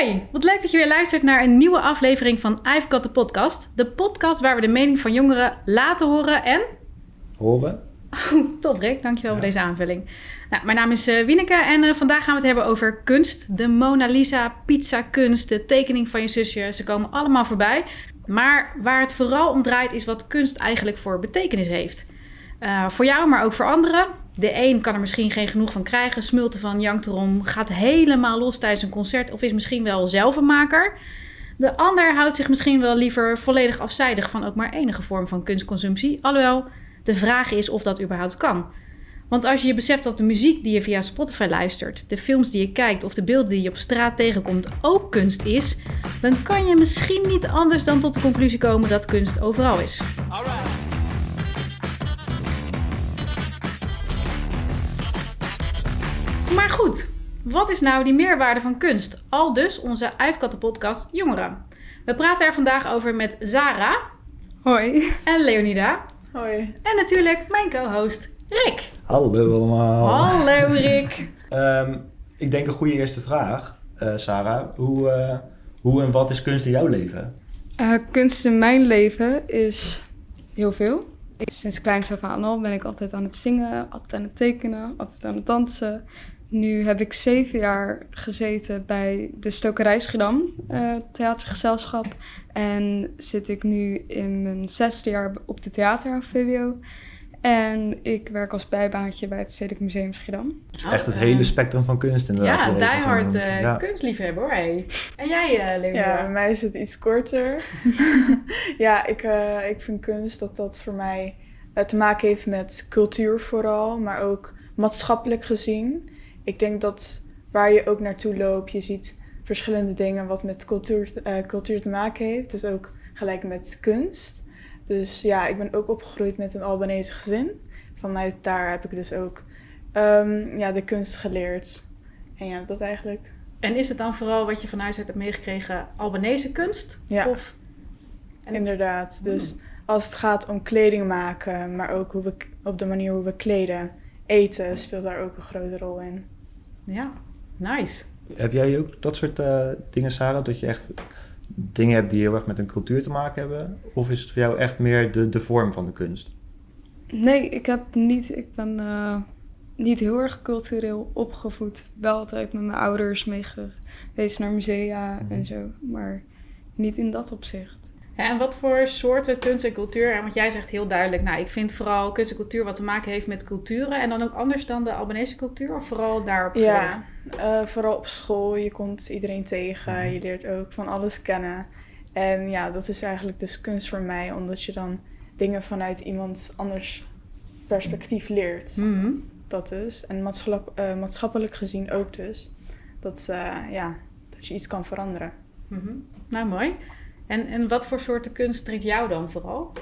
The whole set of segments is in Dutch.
Hoi, wat leuk dat je weer luistert naar een nieuwe aflevering van I've Got The Podcast. De podcast waar we de mening van jongeren laten horen en... Horen? Top Rick, dankjewel voor deze aanvulling. Nou, mijn naam is Wieneke en vandaag gaan we het hebben over kunst. De Mona Lisa, pizzakunst, de tekening van je zusje, ze komen allemaal voorbij. Maar waar het vooral om draait is wat kunst eigenlijk voor betekenis heeft. Voor jou, maar ook voor anderen. De een kan er misschien geen genoeg van krijgen, smult ervan, jankt erom, gaat helemaal los tijdens een concert of is misschien wel zelf een maker. De ander houdt zich misschien wel liever volledig afzijdig van ook maar enige vorm van kunstconsumptie. Alhoewel, de vraag is of dat überhaupt kan. Want als je beseft dat de muziek die je via Spotify luistert, de films die je kijkt of de beelden die je op straat tegenkomt ook kunst is, dan kan je misschien niet anders dan tot de conclusie komen dat kunst overal is. Alright. Maar goed, wat is nou die meerwaarde van kunst? Al dus onze I've Got The Podcast Jongeren. We praten er vandaag over met Zara. Hoi. En Leonida. Hoi. En natuurlijk mijn co-host Rick. Hallo allemaal. Hallo Rick. Ik denk een goede eerste vraag, Sarah. Hoe en wat is kunst in jouw leven? Kunst in mijn leven is heel veel. Sinds kleins af aan al ben ik altijd aan het zingen, altijd aan het tekenen, altijd aan het dansen. Nu heb ik 7 jaar gezeten bij de Stokerij Schiedam, theatergezelschap. En zit ik nu in mijn 6e jaar op de theater VWO. En ik werk als bijbaantje bij het Stedelijk Museum Schiedam. Dus echt het hele spectrum van kunst inderdaad. Ja, diehard kunstliefhebber hoor. Hey. En jij, Leonida? Ja, bij mij is het iets korter. Ja, ik vind kunst dat voor mij te maken heeft met cultuur vooral, maar ook maatschappelijk gezien. Ik denk dat waar je ook naartoe loopt, je ziet verschillende dingen wat met cultuur te maken heeft. Dus ook gelijk met kunst. Dus ja, ik ben ook opgegroeid met een Albanese gezin. Vanuit daar heb ik dus ook de kunst geleerd. En ja, dat eigenlijk. En is het dan vooral wat je van huis uit hebt meegekregen Albanese kunst? Ja, of... inderdaad. Dus als het gaat om kleding maken, maar ook op de manier hoe we kleden, eten, speelt daar ook een grote rol in. Ja, nice. Heb jij ook dat soort dingen, Sarah? Dat je echt dingen hebt die heel erg met een cultuur te maken hebben? Of is het voor jou echt meer de vorm van de kunst? Nee, ik ben niet heel erg cultureel opgevoed. Wel altijd met mijn ouders mee geweest naar musea en zo. Maar niet in dat opzicht. Ja, en wat voor soorten kunst en cultuur? Want jij zegt heel duidelijk, nou, ik vind vooral kunst en cultuur wat te maken heeft met culturen. En dan ook anders dan de Albanese cultuur? Of vooral daarop? Ja, vooral op school. Je komt iedereen tegen. Je leert ook van alles kennen. En ja, dat is eigenlijk dus kunst voor mij. Omdat je dan dingen vanuit iemand anders perspectief leert. Mm-hmm. Dat dus. En maatschappelijk gezien ook dus. Dat je iets kan veranderen. Mm-hmm. Nou, mooi. En wat voor soorten kunst trekt jou dan vooral?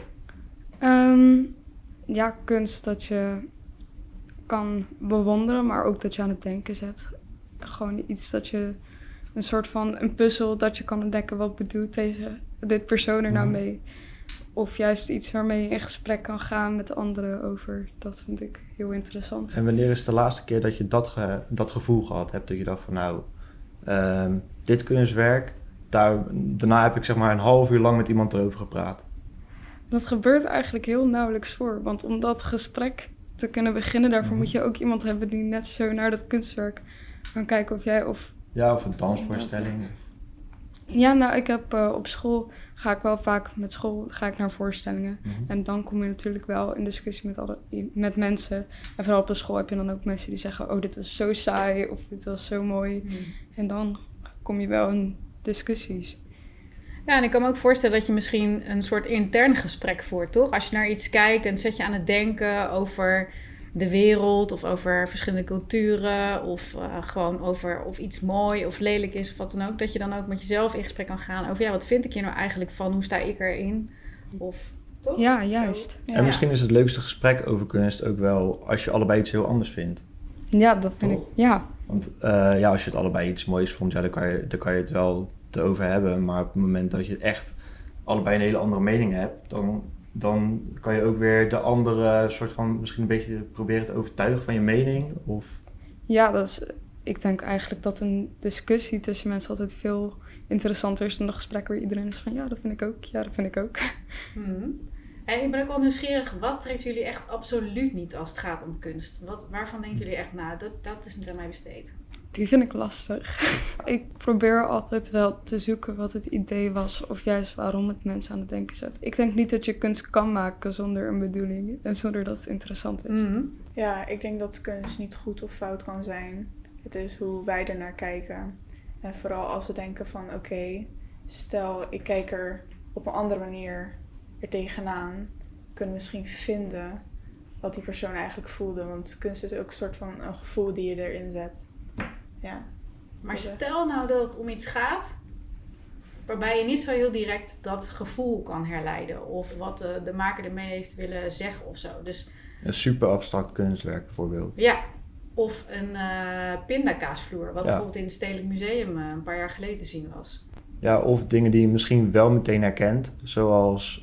Ja, kunst dat je kan bewonderen, maar ook dat je aan het denken zet. Gewoon iets dat je, een soort van een puzzel dat je kan ontdekken wat bedoelt deze dit persoon er nou mee. Of juist iets waarmee je in gesprek kan gaan met anderen over. Dat vind ik heel interessant. En wanneer is de laatste keer dat je dat gevoel gehad hebt? Dat je dacht van nou, dit kunstwerk, daarna heb ik zeg maar een half uur lang met iemand erover gepraat. Dat gebeurt eigenlijk heel nauwelijks voor. Want om dat gesprek te kunnen beginnen, daarvoor moet je ook iemand hebben die net zo naar dat kunstwerk kan kijken of jij of... Ja, of een dansvoorstelling. Ja, nou, ik heb op school, ga ik wel vaak met school naar voorstellingen. Mm-hmm. En dan kom je natuurlijk wel in discussie met mensen. En vooral op de school heb je dan ook mensen die zeggen, oh, dit was zo saai of dit was zo mooi. Mm. En dan kom je wel in discussies. Ja, en ik kan me ook voorstellen dat je misschien een soort intern gesprek voert, toch? Als je naar iets kijkt en zet je aan het denken over de wereld of over verschillende culturen of gewoon over of iets mooi of lelijk is of wat dan ook. Dat je dan ook met jezelf in gesprek kan gaan over, ja, wat vind ik hier nou eigenlijk van? Hoe sta ik erin? Of, toch? Ja, juist. Ja. En misschien is het leukste gesprek over kunst ook wel als je allebei iets heel anders vindt. Ja, dat vind ik, ja. Want als je het allebei iets moois vond, ja, dan kan je het wel te over hebben. Maar op het moment dat je echt allebei een hele andere mening hebt, dan kan je ook weer de andere soort van misschien een beetje proberen te overtuigen van je mening. Of... Ja, ik denk eigenlijk dat een discussie tussen mensen altijd veel interessanter is dan een gesprek waar iedereen is van ja, dat vind ik ook, ja, dat vind ik ook. En ik ben ook wel nieuwsgierig, wat trekt jullie echt absoluut niet als het gaat om kunst? Waarvan denken jullie echt, nou, dat is niet aan mij besteed? Die vind ik lastig. Ik probeer altijd wel te zoeken wat het idee was of juist waarom het mensen aan het denken zet. Ik denk niet dat je kunst kan maken zonder een bedoeling en zonder dat het interessant is. Ja, ik denk dat kunst niet goed of fout kan zijn. Het is hoe wij er naar kijken. En vooral als we denken van oké, stel ik kijk er op een andere manier er tegenaan, kunnen we misschien vinden wat die persoon eigenlijk voelde. Want kunst is ook een soort van een gevoel die je erin zet. Ja. Maar stel nou dat het om iets gaat waarbij je niet zo heel direct dat gevoel kan herleiden. Of wat de maker ermee heeft willen zeggen of zo. Dus, een super abstract kunstwerk bijvoorbeeld. Ja, of een pindakaasvloer. Wat bijvoorbeeld in het Stedelijk Museum een paar jaar geleden te zien was. Ja, of dingen die je misschien wel meteen herkent. Zoals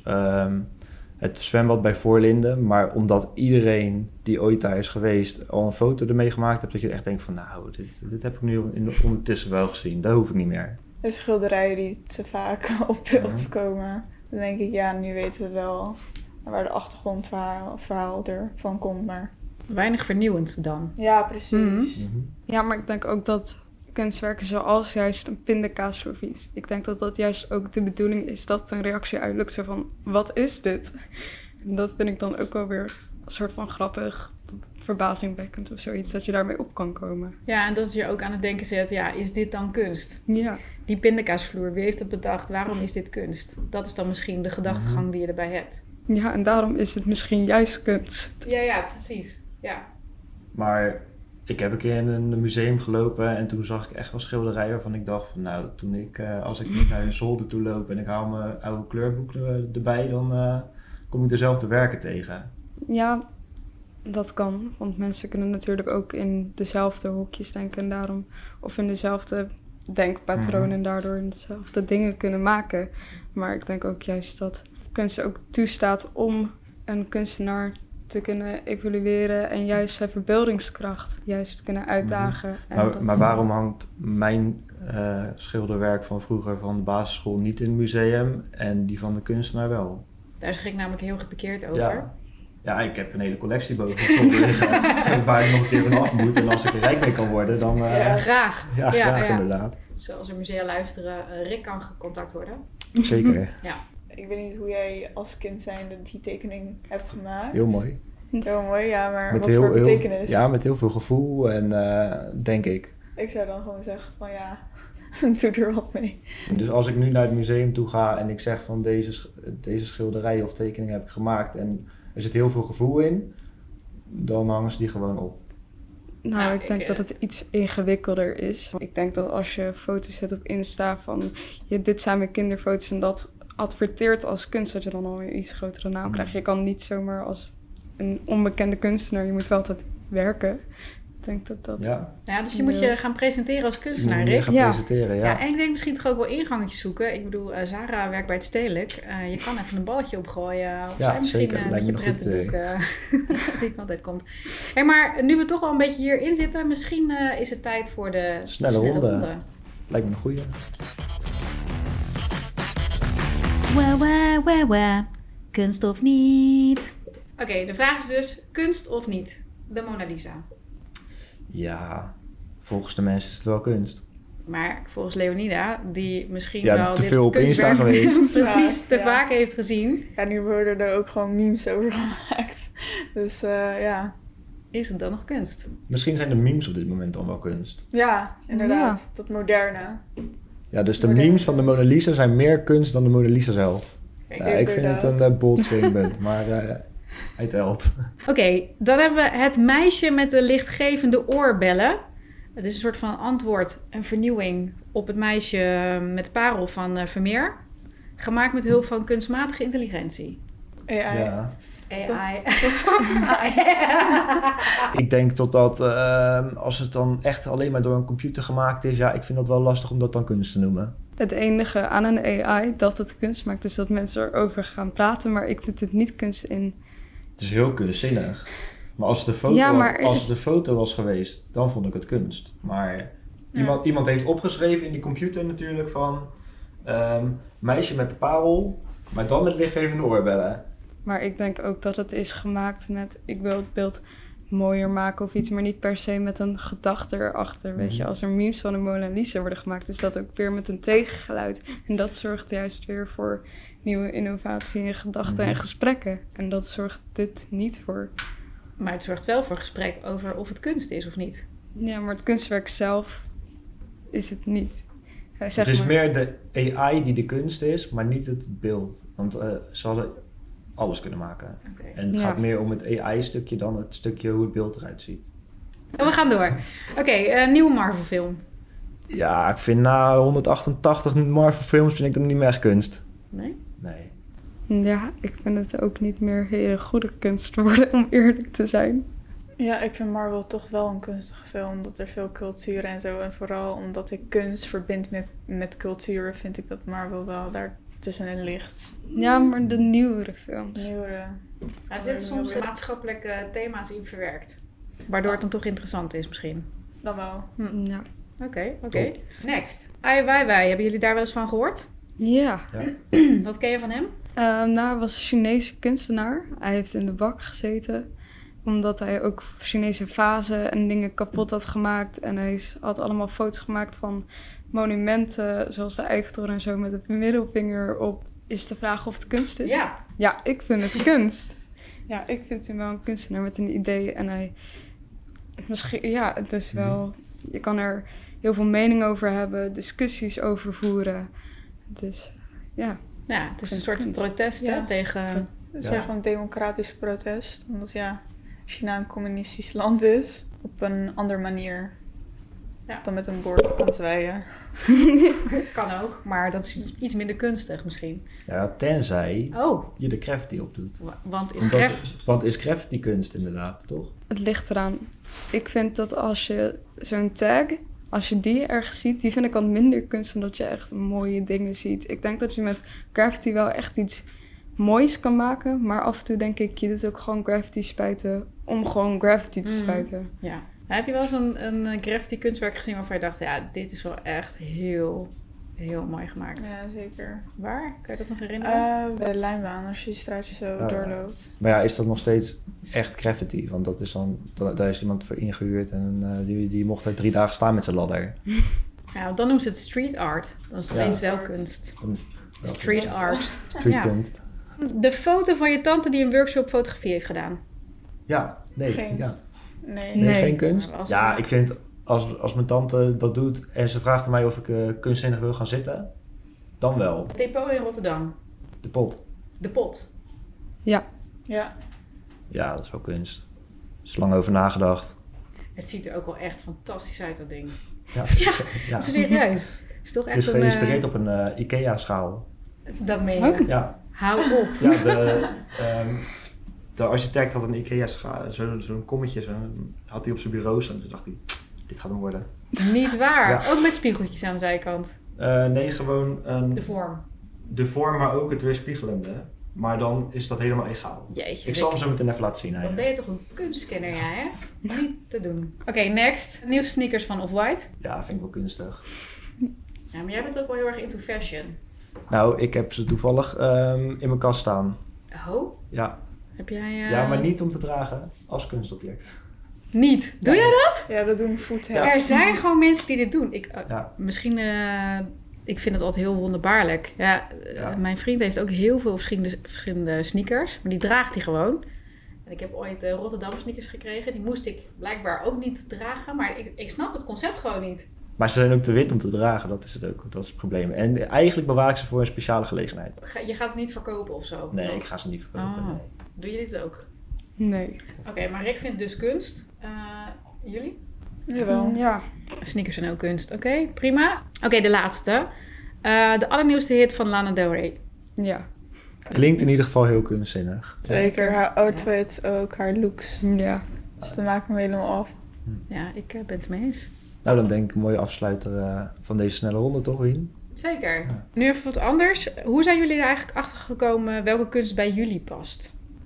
het zwembad bij Voorlinden. Maar omdat iedereen die ooit daar is geweest al een foto ermee gemaakt hebt, dat je echt denkt van nou, dit heb ik nu ondertussen wel gezien. Dat hoef ik niet meer. De schilderijen die te vaak op beeld komen. Dan denk ik, ja, nu weten we wel waar de achtergrondverhaal ervan komt. Maar... Weinig vernieuwend dan. Ja, precies. Ja, maar ik denk ook dat kunstwerken zoals juist een pindakaasvloer, ik denk dat dat juist ook de bedoeling is dat een reactie uitlukt zo van, wat is dit? En dat vind ik dan ook wel weer een soort van grappig, verbazingwekkend of zoiets, dat je daarmee op kan komen. Ja, en dat je ook aan het denken zet, ja, is dit dan kunst? Ja. Die pindakaasvloer, wie heeft dat bedacht? Waarom is dit kunst? Dat is dan misschien de gedachtegang die je erbij hebt. Ja, en daarom is het misschien juist kunst. Ja, precies. Ja. Maar ik heb een keer in een museum gelopen en toen zag ik echt wel schilderijen waarvan ik dacht van nou, als ik nu naar een zolder toe loop en ik haal mijn oude kleurboek erbij, dan kom ik dezelfde werken tegen. Ja, dat kan. Want mensen kunnen natuurlijk ook in dezelfde hokjes denken en daarom, of in dezelfde denkpatronen en daardoor dezelfde dingen kunnen maken. Maar ik denk ook juist dat kunst ook toestaat om een kunstenaar te kunnen evalueren en juist zijn verbeeldingskracht juist te kunnen uitdagen. Maar waarom hangt mijn schilderwerk van vroeger van de basisschool niet in het museum en die van de kunstenaar wel? Daar schrik ik namelijk heel gepiqueerd over. Ja, ik heb een hele collectie boven op zolder liggen waar ik nog een keer van af moet. En als ik er rijk mee kan worden, dan... graag. Ja, graag inderdaad. Zoals er musea luisteren, Rick kan gecontact worden. Zeker. Ja. Ik weet niet hoe jij als kind zijnde die tekening hebt gemaakt. Heel mooi. Heel mooi, ja, maar met wat voor betekenis? Ja, met heel veel gevoel en denk ik. Ik zou dan gewoon zeggen van ja, doe er wat mee. Dus als ik nu naar het museum toe ga en ik zeg van deze schilderij of tekening heb ik gemaakt en er zit heel veel gevoel in, dan hangen ze die gewoon op. Nou, ik denk dat het iets ingewikkelder is. Ik denk dat als je foto's zet op Insta van dit zijn mijn kinderfoto's en dat adverteert als kunst, dat je dan al een iets grotere naam krijgt. Je kan niet zomaar als een onbekende kunstenaar, je moet wel altijd werken. Ik denk dat dat... Ja, dus je moet je gaan presenteren als kunstenaar, Rick. Presenteren, ja. En ik denk misschien toch ook wel ingangetjes zoeken. Ik bedoel, Zara werkt bij het Stedelijk. Je kan even een balletje opgooien. Of zij misschien met je prentenboek die kant uit komt. Hey, maar nu we toch al een beetje hierin zitten, misschien is het tijd voor de snelle ronde. Lijkt me een goeie. Kunst of niet? Oké, de vraag is dus, kunst of niet? De Mona Lisa. Ja, volgens de mensen is het wel kunst. Maar volgens Leonida, die misschien wel te veel op Insta geweest. Precies, te vaak heeft gezien. Ja, nu worden er ook gewoon memes over gemaakt. Dus ja. Is het dan nog kunst? Misschien zijn de memes op dit moment dan wel kunst. Ja, inderdaad. Ja. Dat moderne. Ja, dus de memes van de Mona Lisa zijn meer kunst dan de Mona Lisa zelf. Ik vind het een bold statement, maar hij telt. Oké, dan hebben we het meisje met de lichtgevende oorbellen. Het is een soort van antwoord en vernieuwing op het meisje met de parel van Vermeer. Gemaakt met hulp van kunstmatige intelligentie. AI. Ja. AI. Ik denk totdat als het dan echt alleen maar door een computer gemaakt is, ik vind dat wel lastig om dat dan kunst te noemen. Het enige aan een AI dat het kunst maakt is dat mensen erover gaan praten, maar ik vind het niet kunst in. Het is heel kunstzinnig. Maar als de foto was geweest, dan vond ik het kunst. Maar iemand heeft opgeschreven in die computer natuurlijk van... meisje met de parel, maar dan met lichtgevende oorbellen. Maar ik denk ook dat het is gemaakt met... Ik wil het beeld mooier maken of iets, maar niet per se met een gedachte erachter. Weet je, als er memes van de Mona Lisa worden gemaakt, is dat ook weer met een tegengeluid. En dat zorgt juist weer voor nieuwe innovatie in gedachten en gesprekken. En dat zorgt dit niet voor. Maar het zorgt wel voor gesprek over of het kunst is of niet. Ja, maar het kunstwerk zelf is het niet. Het is meer de AI die de kunst is, maar niet het beeld. Want ze hadden alles kunnen maken. Okay. En het gaat meer om het AI-stukje dan het stukje hoe het beeld eruit ziet. We gaan door. Oké, nieuwe Marvel-film. Ja, ik vind na 188 Marvel-films vind ik dat niet meer echt kunst. Nee? Nee. Ja, ik vind het ook niet meer hele goede kunst worden, om eerlijk te zijn. Ja, ik vind Marvel toch wel een kunstige film, omdat er veel cultuur en zo. En vooral omdat ik kunst verbind met cultuur, vind ik dat Marvel wel daar tussenin ligt. Ja, maar de nieuwere films. Er zitten soms maatschappelijke thema's in verwerkt. Waardoor het dan toch interessant is misschien. Dan wel. Ja. Oké. Next. Ai Weiwei, hebben jullie daar wel eens van gehoord? Ja. Wat ken je van hem? Hij was een Chinese kunstenaar. Hij heeft in de bak gezeten. Omdat hij ook Chinese vazen en dingen kapot had gemaakt. En hij had allemaal foto's gemaakt van monumenten, zoals de Eiffeltoren en zo, met de middelvinger op. Is de vraag of het kunst is? Ja. Ja, ik vind het kunst. Ja, ik vind hem wel een kunstenaar met een idee. En hij... Misschien... Ja, het is wel... Je kan er heel veel mening over hebben, discussies over voeren. Dus, ja. Ja, het is een soort kunst. protest hè, tegen... Het is wel een democratisch protest. Omdat China een communistisch land is. Op een andere manier dan met een bord gaan zwaaien. Kan ook, maar dat is iets minder kunstig misschien. Ja, tenzij je de graffiti opdoet. Want is graffiti kunst inderdaad, toch? Het ligt eraan. Ik vind dat als je zo'n tag, als je die ergens ziet, die vind ik wat minder kunst dan dat je echt mooie dingen ziet. Ik denk dat je met graffiti wel echt iets moois kan maken, maar af en toe denk ik, je doet ook gewoon graffiti spuiten om gewoon graffiti te spuiten. Ja. Heb je wel eens een graffiti kunstwerk gezien waarvan je dacht, ja, dit is wel echt heel, heel mooi gemaakt? Ja, zeker. Waar? Kan je dat nog herinneren? Bij de lijnbaan, als je die straatje zo doorloopt. Maar ja, is dat nog steeds echt graffiti? Want dat is daar is iemand voor ingehuurd en die mocht er 3 dagen staan met zijn ladder. Ja, dan noemen ze het street art. Dat is nog eens wel kunst. Street art. Streetkunst. De foto van je tante die een workshop fotografie heeft gedaan. Ja, nee. Nee, geen kunst. Maar Ja, ik vind als mijn tante dat doet en ze vraagt aan mij of ik kunstzinnig wil gaan zitten, dan wel. Het depot in Rotterdam. De pot. De pot. Ja. Ja, dat is wel kunst. Er is lang over nagedacht. Het ziet er ook wel echt fantastisch uit, dat ding. Ja. Even serieus. Is toch echt Het is geïnspireerd op een IKEA-schaal. Dat meen je. Ja. Hou op. Ja, de architect had een IKEA-schaal, zo'n kommetje, had hij op zijn bureau staan. Toen dacht hij, dit gaat hem worden. Niet waar. Ja. Ook met spiegeltjes aan de zijkant. Nee, gewoon... De vorm. De vorm, maar ook het weerspiegelende. Maar dan is dat helemaal egaal. Jeetje. Ik zal hem zo meteen even laten zien. Dan ben je toch een kunstkenner, hè? Niet te doen. Oké, next. Nieuwe sneakers van Off-White. Ja, vind ik wel kunstig. Ja, maar jij bent ook wel heel erg into fashion. Nou, ik heb ze toevallig in mijn kast staan. Oh? Ja. Heb jij... Ja, maar niet om te dragen als kunstobject. Niet? Doe jij dat? Ja, dat doen voeten. Ja. Er zijn gewoon mensen die dit doen. Misschien... ik vind het altijd heel wonderbaarlijk. Mijn vriend heeft ook heel veel verschillende sneakers. Maar die draagt hij gewoon. En ik heb ooit Rotterdam sneakers gekregen. Die moest ik blijkbaar ook niet dragen. Maar ik snap het concept gewoon niet. Maar ze zijn ook te wit om te dragen. Dat is het ook. Dat is het probleem. En eigenlijk bewaar ik ze voor een speciale gelegenheid. Je gaat het niet verkopen of zo? Nee, ik ga ze niet verkopen. Nee. Doe je dit ook? Nee. Oké, maar Rick vindt dus kunst. Jullie? Jawel. Ja. Sneakers zijn ook kunst. Oké, prima. Oké, de laatste. De allernieuwste hit van Lana Del Rey. Ja. Klinkt in ieder geval heel kunstzinnig. Zeker, haar outfits ook, haar looks. Ja. Dus dat maakt me helemaal af. Ja, ik ben het mee eens. Nou, dan denk ik een mooie afsluiter van deze snelle ronde, toch, Wien? Zeker. Nu even wat anders. Hoe zijn jullie er eigenlijk achter gekomen welke kunst bij jullie past?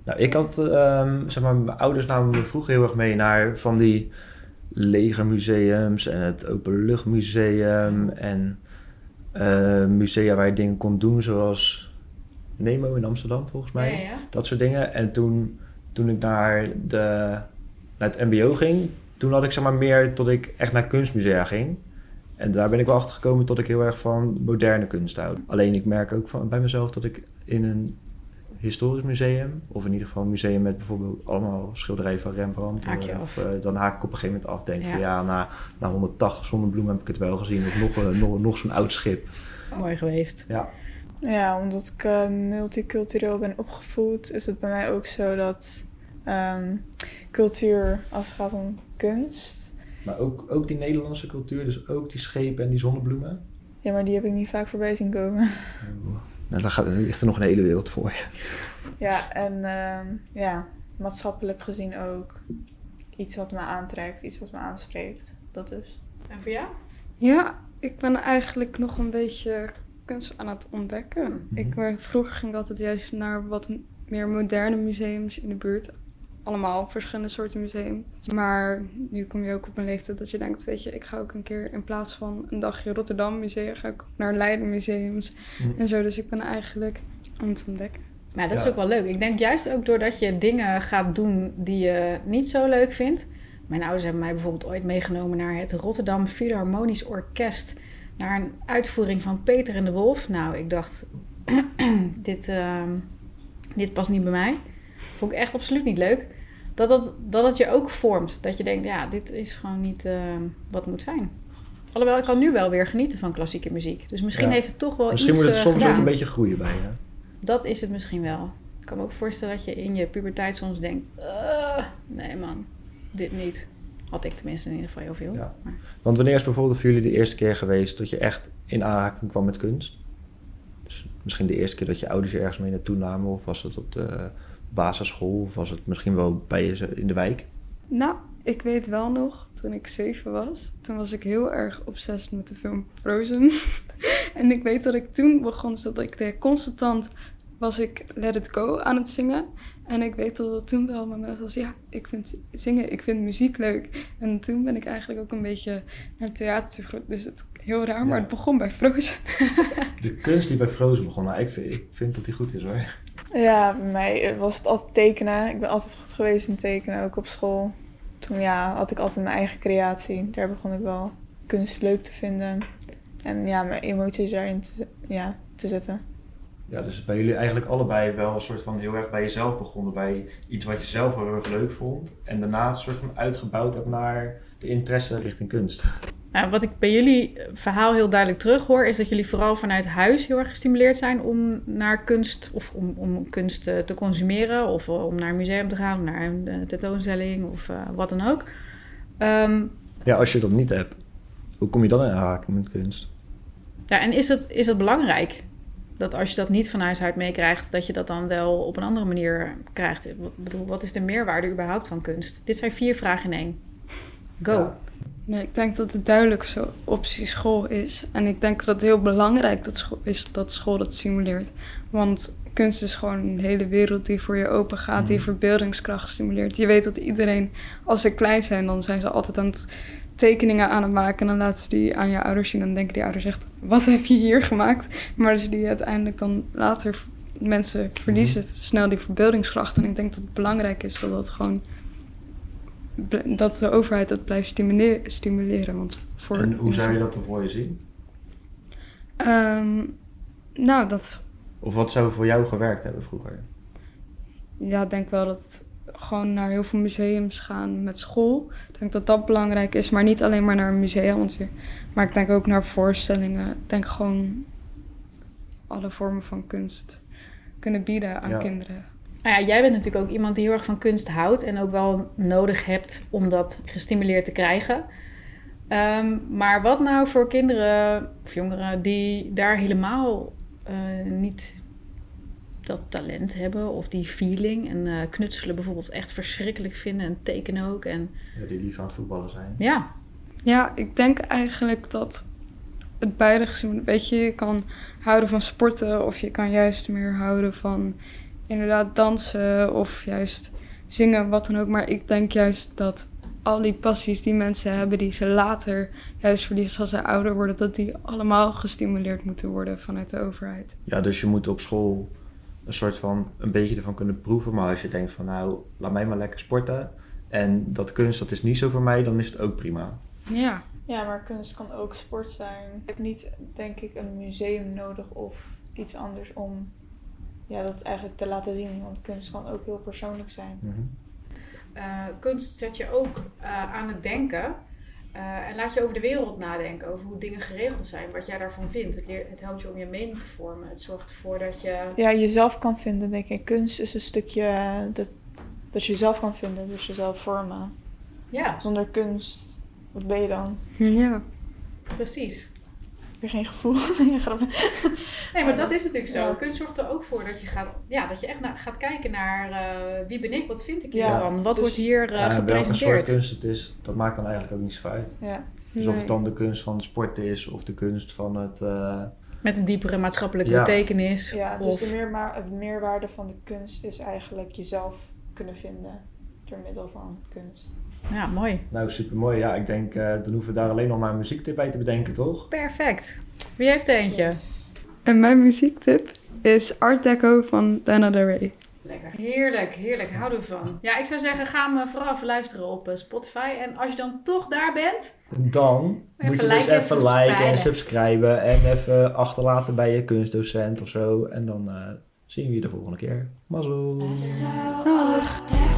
Nou, ik had, zeg maar, mijn ouders namen me vroeger heel erg mee naar van die legermuseums en het openluchtmuseum en musea waar je dingen kon doen, zoals Nemo in Amsterdam volgens mij. Ja. Dat soort dingen. En toen ik naar het mbo ging, toen had ik zeg maar meer tot ik echt naar kunstmusea ging. En daar ben ik wel achter gekomen tot ik heel erg van moderne kunst houd. Alleen ik merk ook bij mezelf dat ik in een historisch museum, of in ieder geval een museum met bijvoorbeeld allemaal schilderijen van Rembrandt, dan haak ik op een gegeven moment af. Denk van na 180 zonnebloemen heb ik het wel gezien. Of nog zo'n oud schip. Mooi geweest. Ja. Ja, omdat ik multicultureel ben opgevoed, is het bij mij ook zo dat cultuur, als het gaat om kunst... Maar ook die Nederlandse cultuur, dus ook die schepen en die zonnebloemen. Ja, maar die heb ik niet vaak voorbij zien komen. Nou, dan ligt er nog een hele wereld voor je. Ja, en maatschappelijk gezien ook iets wat me aantrekt, iets wat me aanspreekt. Dat dus. En voor jou? Ja, ik ben eigenlijk nog een beetje kunst aan het ontdekken. Vroeger ging ik altijd juist naar wat meer moderne museums in de buurt. Allemaal verschillende soorten museums. Maar nu kom je ook op een leeftijd dat je denkt, weet je, ik ga ook een keer in plaats van een dagje Rotterdam museum, ga ik naar Leiden museums en zo. Dus ik ben eigenlijk aan het ontdekken. Maar dat is ook wel leuk. Ik denk juist ook doordat je dingen gaat doen die je niet zo leuk vindt. Mijn ouders hebben mij bijvoorbeeld ooit meegenomen naar het Rotterdam Philharmonisch Orkest. Naar een uitvoering van Peter en de Wolf. Nou, ik dacht, dit past niet bij mij. Vond ik echt absoluut niet leuk. Dat het je ook vormt. Dat je denkt, ja, dit is gewoon niet wat het moet zijn. Alhoewel, ik kan nu wel weer genieten van klassieke muziek. Dus misschien heeft het toch wel misschien iets moet het soms gedaan. ook een beetje groeien bij je. Dat is het misschien wel. Ik kan me ook voorstellen dat je in je puberteit soms denkt... nee man, dit niet. Had ik tenminste in ieder geval heel veel. Ja. Maar... Want wanneer is bijvoorbeeld voor jullie de eerste keer geweest dat je echt in aanraking kwam met kunst? Dus misschien de eerste keer dat je ouders je ergens mee naartoe namen, of was het op de basisschool, of was het misschien wel bij je in de wijk? Nou, ik weet wel nog, toen ik 7 was, toen was ik heel erg obsessief met de film Frozen. En ik weet dat ik toen begon, dat ik constant was ik Let It Go aan het zingen. En ik weet dat het toen wel met me was, ja, ik vind zingen, ik vind muziek leuk. En toen ben ik eigenlijk ook een beetje naar theater gegroeid. Dus het is heel raar, maar het begon bij Frozen. De kunst die bij Frozen begon, nou, ik vind dat die goed is hoor. Ja, bij mij was het altijd tekenen. Ik ben altijd goed geweest in tekenen, ook op school. Toen had ik altijd mijn eigen creatie. Daar begon ik wel kunst leuk te vinden. En ja, mijn emoties daarin te zetten. Ja, dus bij jullie eigenlijk allebei wel een soort van heel erg bij jezelf begonnen. Bij iets wat je zelf heel erg leuk vond. En daarna een soort van uitgebouwd hebt naar de interesse richting kunst. Nou, wat ik bij jullie verhaal heel duidelijk terug hoor, is dat jullie vooral vanuit huis heel erg gestimuleerd zijn om naar kunst of om kunst te consumeren. Of om naar een museum te gaan, of naar een tentoonstelling of wat dan ook. Ja, als je dat niet hebt, hoe kom je dan in aanraking met kunst? Ja, en is dat belangrijk? Dat als je dat niet van huis uit meekrijgt, dat je dat dan wel op een andere manier krijgt. Ik bedoel, wat is de meerwaarde überhaupt van kunst? Dit zijn 4 vragen in 1. Go. Ja. Nee, ik denk dat het duidelijk zo optie school is. En ik denk dat het heel belangrijk dat school dat stimuleert. Want kunst is gewoon een hele wereld die voor je open gaat, die verbeeldingskracht stimuleert. Je weet dat iedereen, als ze klein zijn, dan zijn ze altijd aan het tekeningen aan het maken. En dan laten ze die aan je ouders zien. En dan denken die ouders echt, wat heb je hier gemaakt? Maar als je die uiteindelijk dan later, mensen verliezen snel die verbeeldingskracht. En ik denk dat het belangrijk is dat de overheid dat blijft stimuleren. Want en hoe zou je dat dan voor je zien? Of wat zou voor jou gewerkt hebben vroeger? Ja, ik denk wel dat gewoon naar heel veel museums gaan met school. Ik denk dat dat belangrijk is, maar niet alleen maar naar een museum. Maar ik denk ook naar voorstellingen. Ik denk gewoon alle vormen van kunst kunnen bieden aan kinderen. Nou ja, jij bent natuurlijk ook iemand die heel erg van kunst houdt en ook wel nodig hebt om dat gestimuleerd te krijgen. Maar wat nou voor kinderen of jongeren die daar helemaal niet dat talent hebben of die feeling en knutselen bijvoorbeeld echt verschrikkelijk vinden en tekenen ook. En... Ja, die lief aan het voetballen zijn. Ja. Ja, ik denk eigenlijk dat het beide gezien, weet je kan houden van sporten of je kan juist meer houden van inderdaad dansen of juist zingen, wat dan ook. Maar ik denk juist dat al die passies die mensen hebben, die ze later juist verliezen als ze ouder worden, dat die allemaal gestimuleerd moeten worden vanuit de overheid. Ja, dus je moet op school een soort van een beetje ervan kunnen proeven. Maar als je denkt van nou, laat mij maar lekker sporten. En dat kunst, dat is niet zo voor mij, dan is het ook prima. Ja. Ja, maar kunst kan ook sport zijn. Je hebt niet, denk ik, een museum nodig of iets anders om dat eigenlijk te laten zien. Want kunst kan ook heel persoonlijk zijn. Kunst zet je ook aan het denken. En laat je over de wereld nadenken. Over hoe dingen geregeld zijn. Wat jij daarvan vindt. Het helpt je om je mening te vormen. Het zorgt ervoor dat je... Ja, jezelf kan vinden, denk ik. Kunst is een stukje dat je jezelf kan vinden. Dus jezelf vormen. Ja, Zonder kunst, wat ben je dan? Ja. precies. Heb je geen gevoel? Nee, maar dat is natuurlijk zo. Ja. Kunst zorgt er ook voor dat je echt gaat kijken naar wie ben ik, wat vind ik Ja, hiervan, wat dus- wordt hier Welke soort gepresenteerd. kunst het is, dat maakt dan eigenlijk ook niet zo uit. Ja. Dus of het dan de kunst van het sporten is of de kunst van het... Met een diepere maatschappelijke Ja. betekenis. Ja, dus of... de meerwaarde van de kunst is eigenlijk jezelf kunnen vinden door middel van kunst. Ja, mooi. Nou, supermooi. Ja, ik denk, dan hoeven we daar alleen nog maar een muziektip bij te bedenken, toch? Perfect. Wie heeft er eentje? Yes. En mijn muziektip is Art Deco van Lana Del Rey. Lekker. Heerlijk, heerlijk. Houden we van. Ja, ik zou zeggen, ga hem vooral even luisteren op Spotify. En als je dan toch daar bent... Dan moet je dus liken en even liken en subscriben. subscriben en even achterlaten bij je kunstdocent of zo. En dan zien we je de volgende keer. Mazzel! Dag.